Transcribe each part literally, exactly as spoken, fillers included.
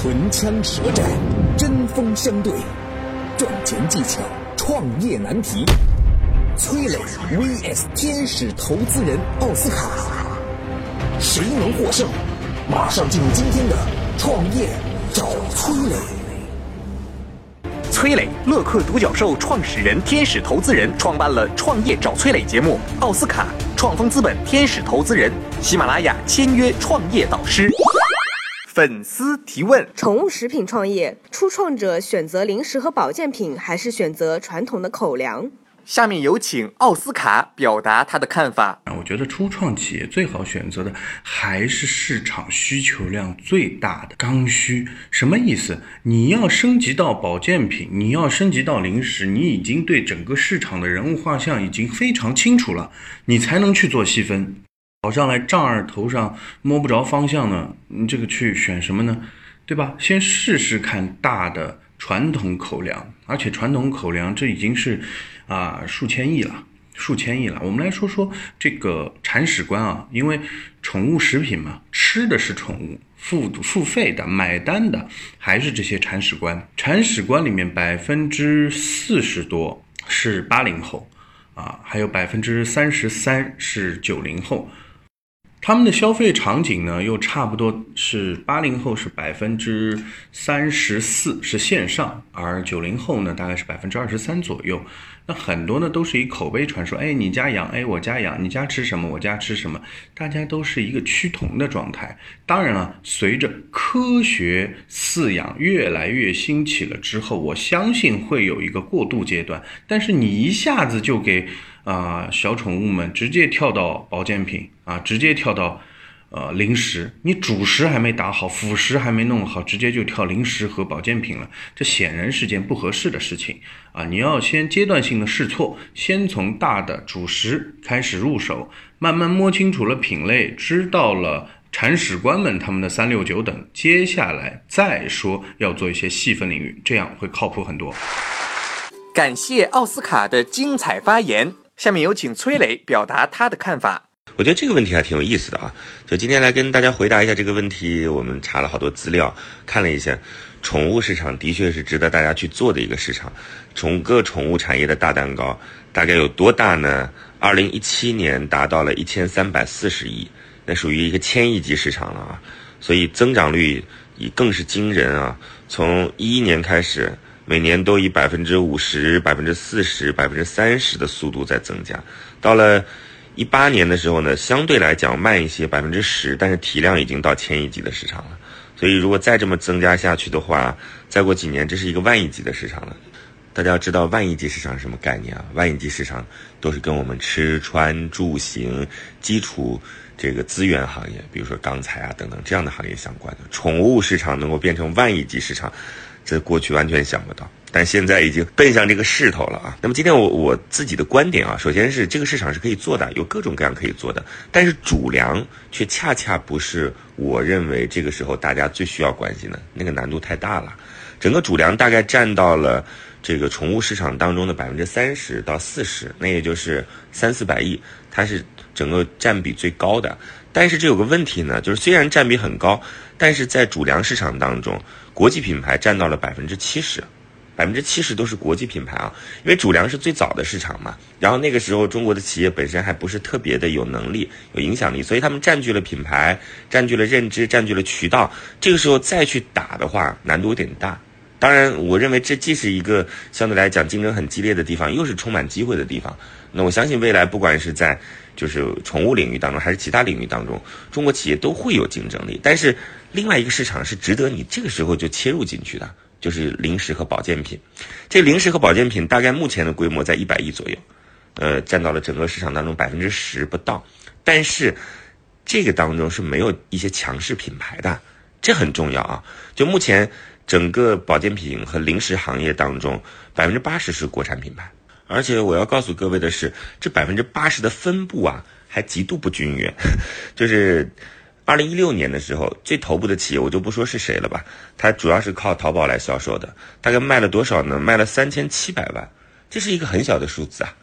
唇枪舌战，针锋相对，赚钱技巧，创业难题。崔磊 V S 天使投资人奥斯卡，谁能获胜？马上进入今天的创业找崔磊。 崔磊，乐客独角兽创始人、天使投资人，创办了《创业找崔磊》节目。奥斯卡，创丰资本天使投资人，喜马拉雅签约创业导师。粉丝提问： 宠物食品创业，初创者选择零食和保健品，还是选择传统的口粮？ 下面有请奥斯卡表达他的看法。 我觉得初创企业最好选择的还是市场需求量最大的刚需。什么意思？你要升级到保健品，你要升级到零食，你已经对整个市场的人物画像已经非常清楚了，你才能去做细分。跑上来丈二头上摸不着方向呢，你这个去选什么呢？对吧？先试试看大的传统口粮，而且传统口粮这已经是啊、呃、数千亿了，数千亿了。我们来说说这个铲屎官啊，因为宠物食品嘛，吃的是宠物，付付费的、买单的还是这些铲屎官。铲屎官里面百分之四十多是八零后啊，还有百分之三十三是九零后。他们的消费场景呢，又差不多是八零后是百分之三十四是线上，而九零后呢大概是百分之二十三左右。那很多呢都是以口碑传说，哎，你家养，哎，我家养，你家吃什么，我家吃什么，大家都是一个趋同的状态。当然了，随着科学饲养越来越兴起了之后，我相信会有一个过渡阶段。但是你一下子就给啊、呃、小宠物们直接跳到保健品啊，直接跳到呃零食，你主食还没打好，辅食还没弄好，直接就跳零食和保健品了，这显然是件不合适的事情啊！你要先阶段性的试错，先从大的主食开始入手，慢慢摸清楚了品类，知道了铲屎官们他们的三六九等，接下来再说要做一些细分领域，这样会靠谱很多。 感谢奥斯卡的精彩发言，下面有请崔磊表达他的看法。 我觉得这个问题还挺有意思的啊，就今天来跟大家回答一下这个问题。我们查了好多资料，看了一下，宠物市场的确是值得大家去做的一个市场。整个宠物产业的大蛋糕大概有多大呢？二零一七年达到了一千三百四十亿，那属于一个千亿级市场了啊，所以增长率也更是惊人啊。从一一年开始，每年都以百分之五十、百分之四十、百分之三十的速度在增加，到了一八年的时候呢，相对来讲慢一些，百分之十，但是体量已经到千亿级的市场了。所以如果再这么增加下去的话，再过几年这是一个万亿级的市场了。大家要知道万亿级市场是什么概念啊？万亿级市场都是跟我们吃穿住行基础这个资源行业，比如说钢材啊等等这样的行业相关的。宠物市场能够变成万亿级市场，这过去完全想不到，但现在已经奔向这个势头了啊！那么今天我我自己的观点啊，首先是这个市场是可以做的，有各种各样可以做的，但是主粮却恰恰不是我认为这个时候大家最需要关心的，那个难度太大了。整个主粮大概占到了这个宠物市场当中的百分之三十到四十，那也就是三四百亿，它是整个占比最高的。但是这有个问题呢，就是虽然占比很高，但是在主粮市场当中，国际品牌占到了百分之七十。百分之七十都是国际品牌啊，因为主粮是最早的市场嘛，然后那个时候中国的企业本身还不是特别的有能力、有影响力，所以他们占据了品牌，占据了认知，占据了渠道，这个时候再去打的话，难度有点大。当然，我认为这既是一个相对来讲竞争很激烈的地方，又是充满机会的地方。那我相信未来不管是在就是宠物领域当中，还是其他领域当中，中国企业都会有竞争力。但是另外一个市场是值得你这个时候就切入进去的，就是零食和保健品。这零食和保健品大概目前的规模在一百亿左右，呃，占到了整个市场当中百分之十不到。但是这个当中是没有一些强势品牌的，这很重要啊。就目前整个保健品和零食行业当中，百分之八十是国产品牌。而且我要告诉各位的是，这百分之八十的分布啊，还极度不均匀。就是二零一六年的时候，最头部的企业我就不说是谁了吧，它主要是靠淘宝来销售的，大概卖了多少呢？卖了三千七百万，这是一个很小的数字啊。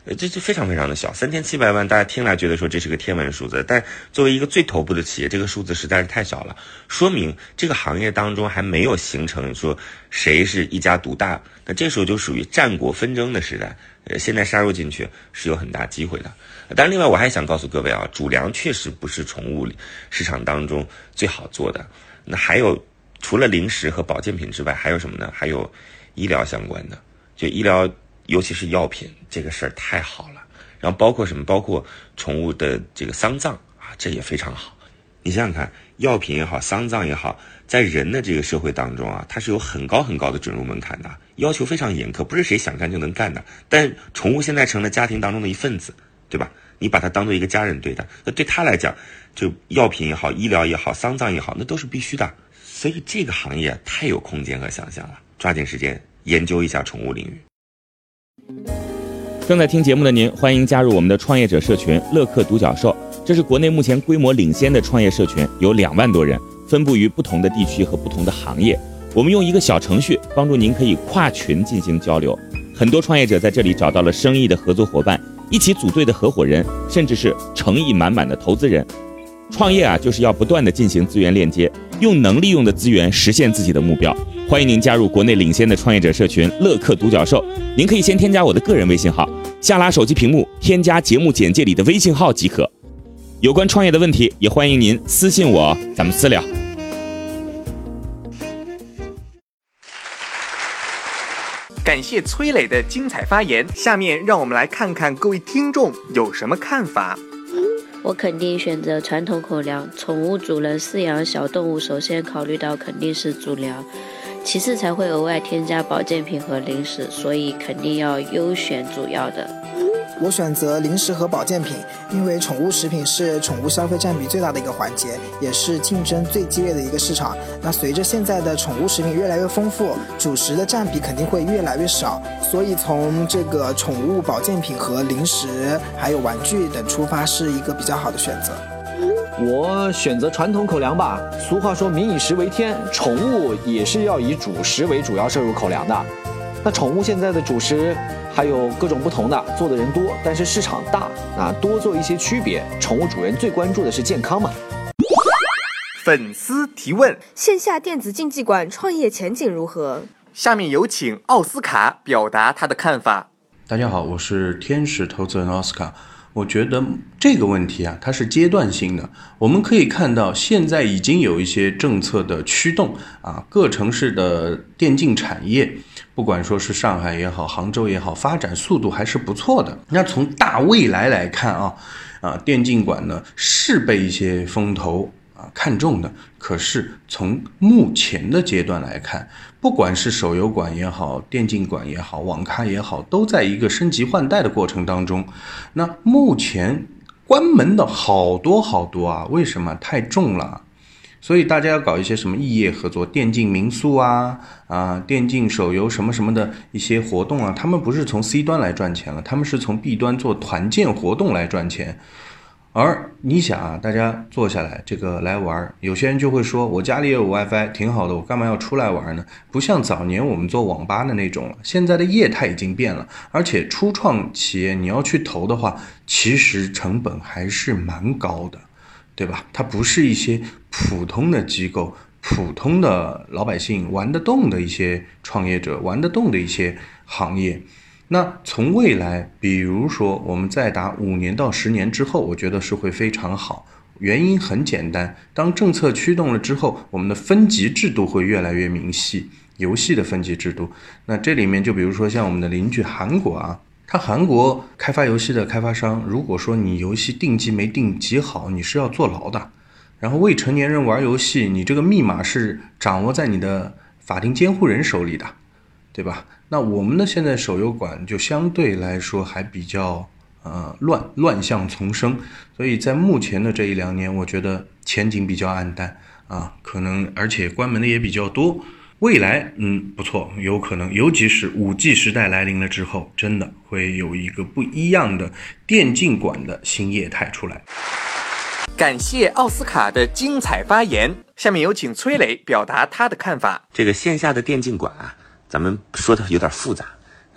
呃，这就非常非常的小，三千七百万，大家听来觉得说这是个天文数字，但作为一个最头部的企业，这个数字实在是太小了，说明这个行业当中还没有形成说谁是一家独大，那这时候就属于战国纷争的时代，呃，现在杀入进去是有很大机会的。当然，另外我还想告诉各位啊，主粮确实不是宠物市场当中最好做的，那还有除了零食和保健品之外，还有什么呢？还有医疗相关的，就医疗。尤其是药品这个事儿太好了，然后包括什么，包括宠物的这个丧葬啊，这也非常好。你想想看，药品也好，丧葬也好，在人的这个社会当中啊，它是有很高很高的准入门槛的，要求非常严苛，不是谁想干就能干的。但宠物现在成了家庭当中的一份子，对吧？你把它当做一个家人对待，那对他来讲，就药品也好，医疗也好，丧葬也好，那都是必须的。所以这个行业太有空间和想象了，抓紧时间研究一下宠物领域。 正在听节目的您，欢迎加入我们的创业者社群乐客独角兽，这是国内目前规模领先的创业社群，有两万多人，分布于不同的地区和不同的行业。我们用一个小程序帮助您可以跨群进行交流，很多创业者在这里找到了生意的合作伙伴，一起组队的合伙人，甚至是诚意满满的投资人。创业啊，就是要不断的进行资源链接，用能利用的资源实现自己的目标。欢迎您加入国内领先的创业者社群乐客独角兽，您可以先添加我的个人微信号，下拉手机屏幕添加节目简介里的微信号即可。有关创业的问题，也欢迎您私信我，咱们私聊。 感谢崔磊的精彩发言，下面让我们来看看各位听众有什么看法。 我肯定选择传统口粮，宠物主人饲养小动物，首先考虑到肯定是主粮，其次才会额外添加保健品和零食，所以肯定要优选主要的。 我选择零食和保健品，因为宠物食品是宠物消费占比最大的一个环节，也是竞争最激烈的一个市场。那随着现在的宠物食品越来越丰富，主食的占比肯定会越来越少，所以从这个宠物保健品和零食还有玩具等出发，是一个比较好的选择。 我选择传统口粮吧，俗话说民以食为天，宠物也是要以主食为主要摄入口粮的。那宠物现在的主食还有各种不同的，做的人多，但是市场大，那多做一些区别。宠物主人最关注的是健康嘛。 粉丝提问： 线下电子竞技馆创业前景如何？ 下面有请奥斯卡表达他的看法。 大家好，我是天使投资人奥斯卡。我觉得这个问题啊，它是阶段性的。我们可以看到，现在已经有一些政策的驱动啊，各城市的电竞产业，不管说是上海也好，杭州也好，发展速度还是不错的。那从大未来来看啊，啊，电竞馆呢是被一些风投啊看中的，可是从目前的阶段来看，不管是手游馆也好，电竞馆也好，网咖也好，都在一个升级换代的过程当中。那目前关门的好多好多啊，为什么？太重了。所以大家要搞一些什么异业合作，电竞民宿啊啊，电竞手游什么什么的一些活动啊，他们不是从 C 端来赚钱了，他们是从 B 端做团建活动来赚钱。而你想啊，大家坐下来这个来玩，有些人就会说，我家里也有 WiFi 挺好的，我干嘛要出来玩呢？不像早年我们做网吧的那种了，现在的业态已经变了，而且初创企业你要去投的话，其实成本还是蛮高的，对吧？它不是一些普通的机构、普通的老百姓玩得动的一些创业者、玩得动的一些行业。那从未来，比如说我们再打五年到十年之后，我觉得是会非常好。原因很简单，当政策驱动了之后，我们的分级制度会越来越明细，游戏的分级制度。那这里面就比如说像我们的邻居韩国啊，它韩国开发游戏的开发商，如果说你游戏定级没定级好，你是要坐牢的。然后未成年人玩游戏，你这个密码是掌握在你的法定监护人手里的，对吧？那我们的现在手游馆就相对来说还比较呃乱乱象丛生，所以在目前的这一两年，我觉得前景比较暗淡啊，可能而且关门的也比较多。未来嗯不错，有可能，尤其是 五 G 时代来临了之后，真的会有一个不一样的电竞馆的新业态出来。 感谢奥斯卡的精彩发言，下面有请崔磊表达他的看法。 这个线下的电竞馆啊，咱们说的有点复杂，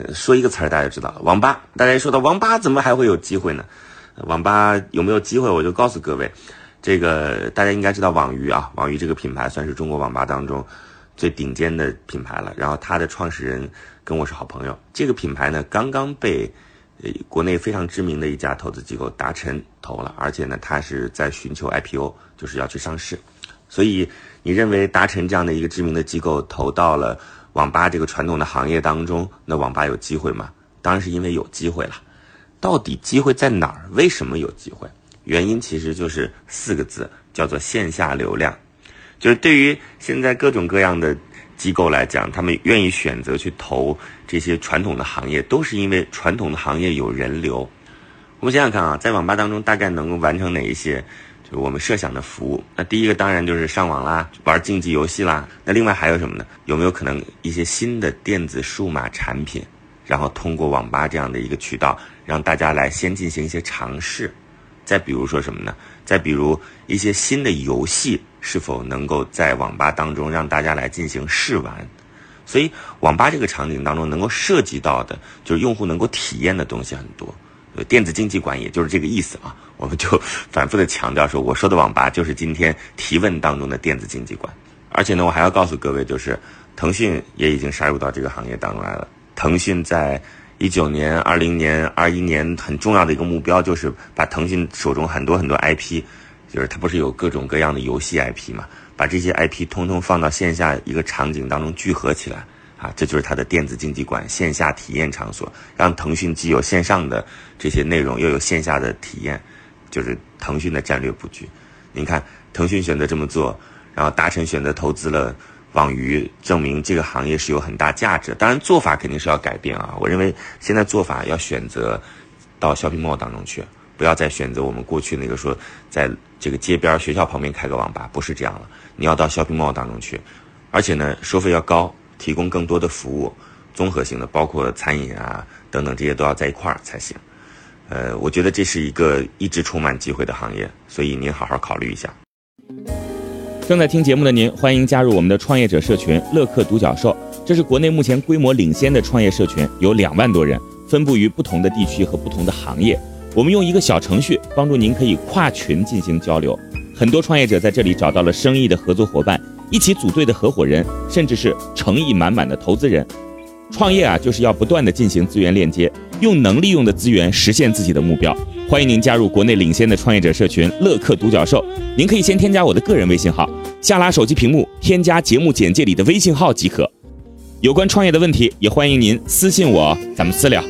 呃，说一个词儿大家就知道了，网吧。大家说到网吧怎么还会有机会呢？网吧有没有机会，我就告诉各位，这个大家应该知道网鱼啊，网鱼这个品牌算是中国网吧当中最顶尖的品牌了。然后它的创始人跟我是好朋友，这个品牌呢刚刚被呃国内非常知名的一家投资机构达晨投了，而且呢它是在寻求 I P O， 就是要去上市。所以你认为达晨这样的一个知名的机构投到了网吧这个传统的行业当中，那网吧有机会吗？当然是因为有机会了。到底机会在哪儿？为什么有机会？原因其实就是四个字，叫做线下流量。就是对于现在各种各样的机构来讲，他们愿意选择去投这些传统的行业，都是因为传统的行业有人流。我们想想看啊，在网吧当中大概能够完成哪一些就是我们设想的服务？那第一个当然就是上网啦，玩竞技游戏啦。那另外还有什么呢？有没有可能一些新的电子数码产品，然后通过网吧这样的一个渠道，让大家来先进行一些尝试？再比如说什么呢？再比如一些新的游戏是否能够在网吧当中让大家来进行试玩？所以网吧这个场景当中能够涉及到的就是用户能够体验的东西很多。电子竞技馆也就是这个意思啊，我们就反复的强调说，我说的网吧就是今天提问当中的电子竞技馆。而且呢，我还要告诉各位，就是腾讯也已经杀入到这个行业当中来了。腾讯在一九年、二零年、二一年很重要的一个目标，就是把腾讯手中很多很多 I P， 就是它不是有各种各样的游戏 I P 嘛，把这些 I P 通通放到线下一个场景当中聚合起来啊，这就是它的电子竞技馆线下体验场所，让腾讯既有线上的这些内容，又有线下的体验，就是腾讯的战略布局。您看，腾讯选择这么做，然后达晨选择投资了网鱼，证明这个行业是有很大价值。当然做法肯定是要改变啊，我认为现在做法要选择到 shopping mall 当中去，不要再选择我们过去那个说在这个街边学校旁边开个网吧，不是这样了，你要到 shopping mall 当中去，而且呢收费要高，提供更多的服务，综合性的，包括餐饮啊等等，这些都要在一块儿才行。呃，我觉得这是一个一直充满机会的行业，所以您好好考虑一下。 正在听节目的您，欢迎加入我们的创业者社群乐客独角兽，这是国内目前规模领先的创业社群，有两万多人，分布于不同的地区和不同的行业。我们用一个小程序帮助您可以跨群进行交流，很多创业者在这里找到了生意的合作伙伴，一起组队的合伙人，甚至是诚意满满的投资人。创业啊，就是要不断的进行资源链接，用能利用的资源实现自己的目标。欢迎您加入国内领先的创业者社群乐客独角兽，您可以先添加我的个人微信号，下拉手机屏幕添加节目简介里的微信号即可。有关创业的问题，也欢迎您私信我，咱们私聊。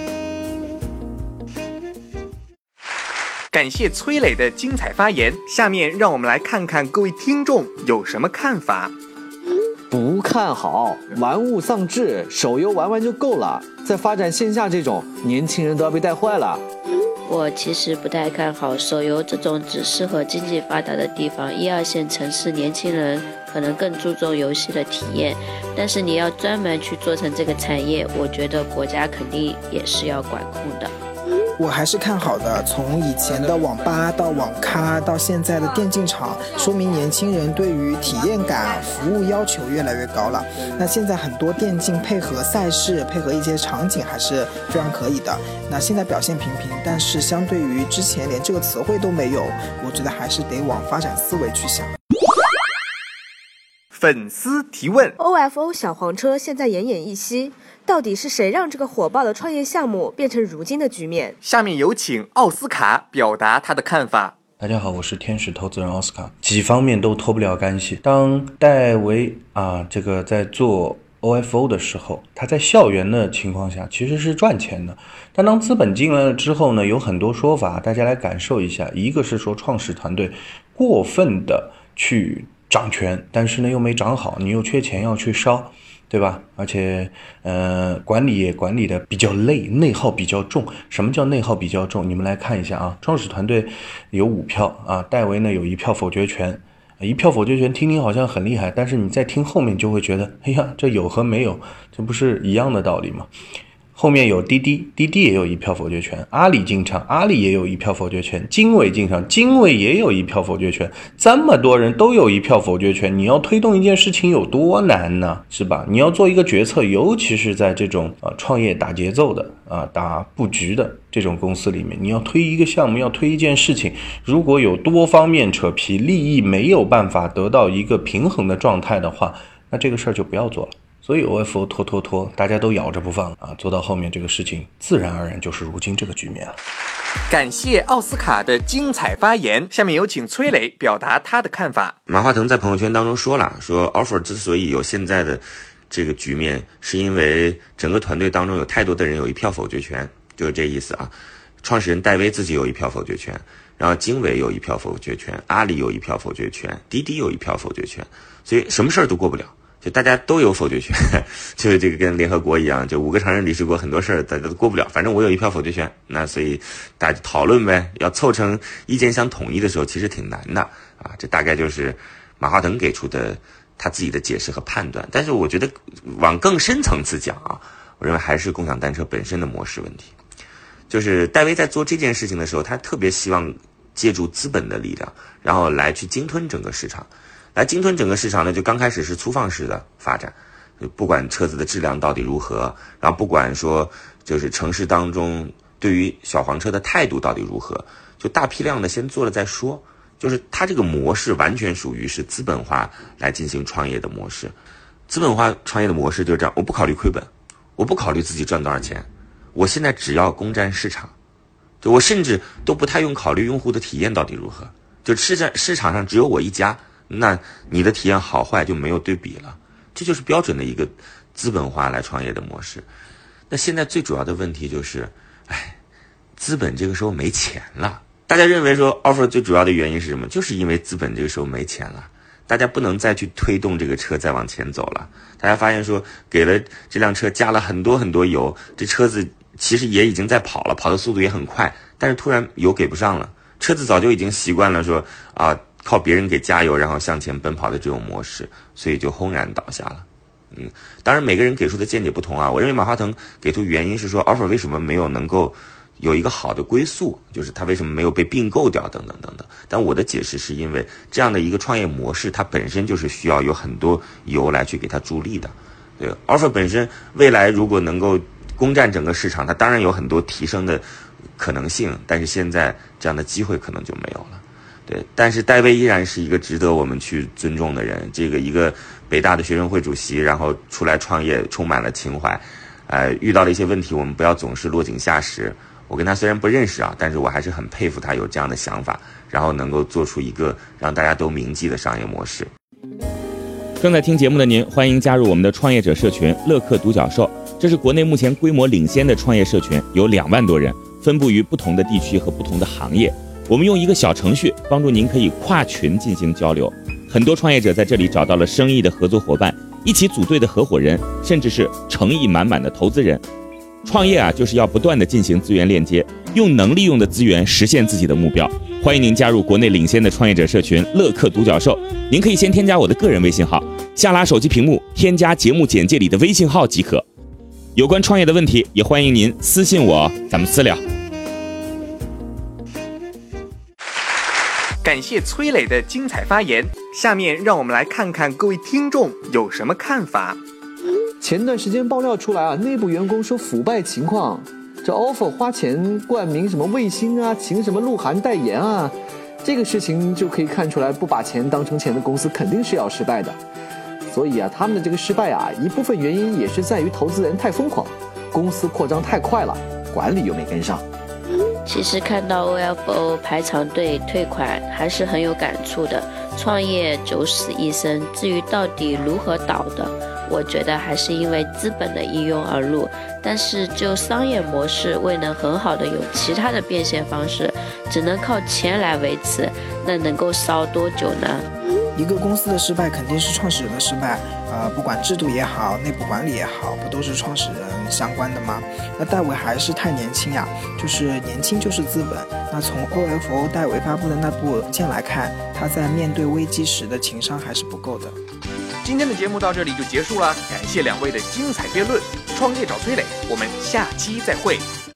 感谢崔磊的精彩发言，下面让我们来看看各位听众有什么看法。 不看好，玩物丧志，手游玩玩就够了，再发展线下这种，年轻人都要被带坏了。 我其实不太看好手游这种只适合经济发达的地方，一二线城市年轻人可能更注重游戏的体验，但是你要专门去做成这个产业，我觉得国家肯定也是要管控的。 我还是看好的，从以前的网吧到网咖到现在的电竞场，说明年轻人对于体验感、服务要求越来越高了。那现在很多电竞配合赛事、配合一些场景还是非常可以的。那现在表现平平，但是相对于之前连这个词汇都没有，我觉得还是得往发展思维去想。 粉丝提问 O F O 小黄车现在奄奄一息，到底是谁让这个火爆的创业项目变成如今的局面？ 下面有请奥斯卡表达他的看法。 大家好，我是天使投资人奥斯卡。几方面都脱不了干系。当戴维啊这个在做 O F O 的时候，他在校园的情况下其实是赚钱的，但当资本进来了之后呢，有很多说法，大家来感受一下。一个是说创始团队过分的去掌权，但是呢又没掌好，你又缺钱要去烧，对吧？而且呃管理也管理的比较累，内耗比较重。什么叫内耗比较重？你们来看一下啊，创始团队有五票啊，戴维呢有一票否决权，一票否决权听听好像很厉害，但是你再听后面就会觉得，哎呀，这有和没有，这不是一样的道理吗？ 后面有滴滴，滴滴也有一票否决权，阿里进场，阿里也有一票否决权，经纬进场，经纬也有一票否决权，这么多人都有一票否决权，你要推动一件事情有多难呢？是吧？你要做一个决策，尤其是在这种啊创业打节奏的啊打布局的这种公司里面，你要推一个项目，要推一件事情，如果有多方面扯皮，利益没有办法得到一个平衡的状态的话，那这个事儿就不要做了。所以 O F O 拖拖拖，大家都咬着不放啊，做到后面这个事情自然而然就是如今这个局面了。 感谢奥斯卡的精彩发言，下面有请崔磊表达他的看法。 马化腾在朋友圈当中说了，说 offer 之所以有现在的这个局面，是因为整个团队当中有太多的人有一票否决权，就是这意思啊。创始人戴威自己有一票否决权，然后经纬有一票否决权，阿里有一票否决权，滴滴有一票否决权，所以什么事儿都过不了。就大家都有否决权，就是这个跟联合国一样，就五个常任理事国很多事儿大家都过不了，反正我有一票否决权，那所以大家讨论呗，要凑成意见相统一的时候其实挺难的啊，这大概就是马化腾给出的他自己的解释和判断。但是我觉得往更深层次讲啊，我认为还是共享单车本身的模式问题。就是戴威在做这件事情的时候，他特别希望借助资本的力量，然后来去鲸吞整个市场。来鲸吞整个市场呢，就刚开始是粗放式的发展，不管车子的质量到底如何，然后不管说就是城市当中对于小黄车的态度到底如何，就大批量的先做了再说。就是它这个模式完全属于是资本化来进行创业的模式。资本化创业的模式就是这样，我不考虑亏本，我不考虑自己赚多少钱，我现在只要攻占市场，就我甚至都不太用考虑用户的体验到底如何，就市场市场上只有我一家，那你的体验好坏就没有对比了，这就是标准的一个资本化来创业的模式。那现在最主要的问题就是，哎，资本这个时候没钱了。大家认为说 offer 最主要的原因是什么？就是因为资本这个时候没钱了，大家不能再去推动这个车再往前走了。大家发现说，给了这辆车加了很多很多油，这车子其实也已经在跑了，跑的速度也很快，但是突然油给不上了，车子早就已经习惯了说啊。靠别人给加油然后向前奔跑的这种模式，所以就轰然倒下了。嗯，当然每个人给出的见解不同啊。我认为马化腾给出原因是说 offer 为什么没有能够有一个好的归宿，就是他为什么没有被并购掉等等等等。但我的解释是因为这样的一个创业模式，它本身就是需要有很多油来去给它助力的。对 offer 本身未来如果能够攻占整个市场，它当然有很多提升的可能性，但是现在这样的机会可能就没有了。对，但是戴威依然是一个值得我们去尊重的人。这个一个北大的学生会主席，然后出来创业，充满了情怀。呃，遇到了一些问题，我们不要总是落井下石。我跟他虽然不认识啊，但是我还是很佩服他有这样的想法，然后能够做出一个让大家都铭记的商业模式。 正在听节目的您，欢迎加入我们的创业者社群乐客独角兽。这是国内目前规模领先的创业社群，有两万多人，分布于不同的地区和不同的行业。我们用一个小程序帮助您可以跨群进行交流，很多创业者在这里找到了生意的合作伙伴，一起组队的合伙人，甚至是诚意满满的投资人。创业啊，就是要不断的进行资源链接，用能利用的资源实现自己的目标。欢迎您加入国内领先的创业者社群乐客独角兽，您可以先添加我的个人微信号，下拉手机屏幕添加节目简介里的微信号即可。有关创业的问题，也欢迎您私信我，咱们私聊。 感谢崔磊的精彩发言，下面让我们来看看各位听众有什么看法。 前段时间爆料出来啊，内部员工说腐败情况，这 offer 花钱冠名什么卫星啊，请什么鹿晗代言啊，这个事情就可以看出来，不把钱当成钱的公司肯定是要失败的。所以啊，他们的这个失败啊，一部分原因也是在于投资人太疯狂，公司扩张太快了，管理又没跟上。 其实看到 O F O 排长队退款还是很有感触的。创业九死一生，至于到底如何倒的，我觉得还是因为资本的一拥而入。但是就商业模式未能很好的有其他的变现方式，只能靠钱来维持，那能够烧多久呢？ 一个公司的失败肯定是创始人的失败，呃，不管制度也好，内部管理也好，不都是创始人相关的吗？那戴维还是太年轻呀，就是年轻就是资本。那从 O F O 戴维发布的那部文件来看，他在面对危机时的情商还是不够的。 今天的节目到这里就结束了，感谢两位的精彩辩论。 创业找崔磊，我们下期再会。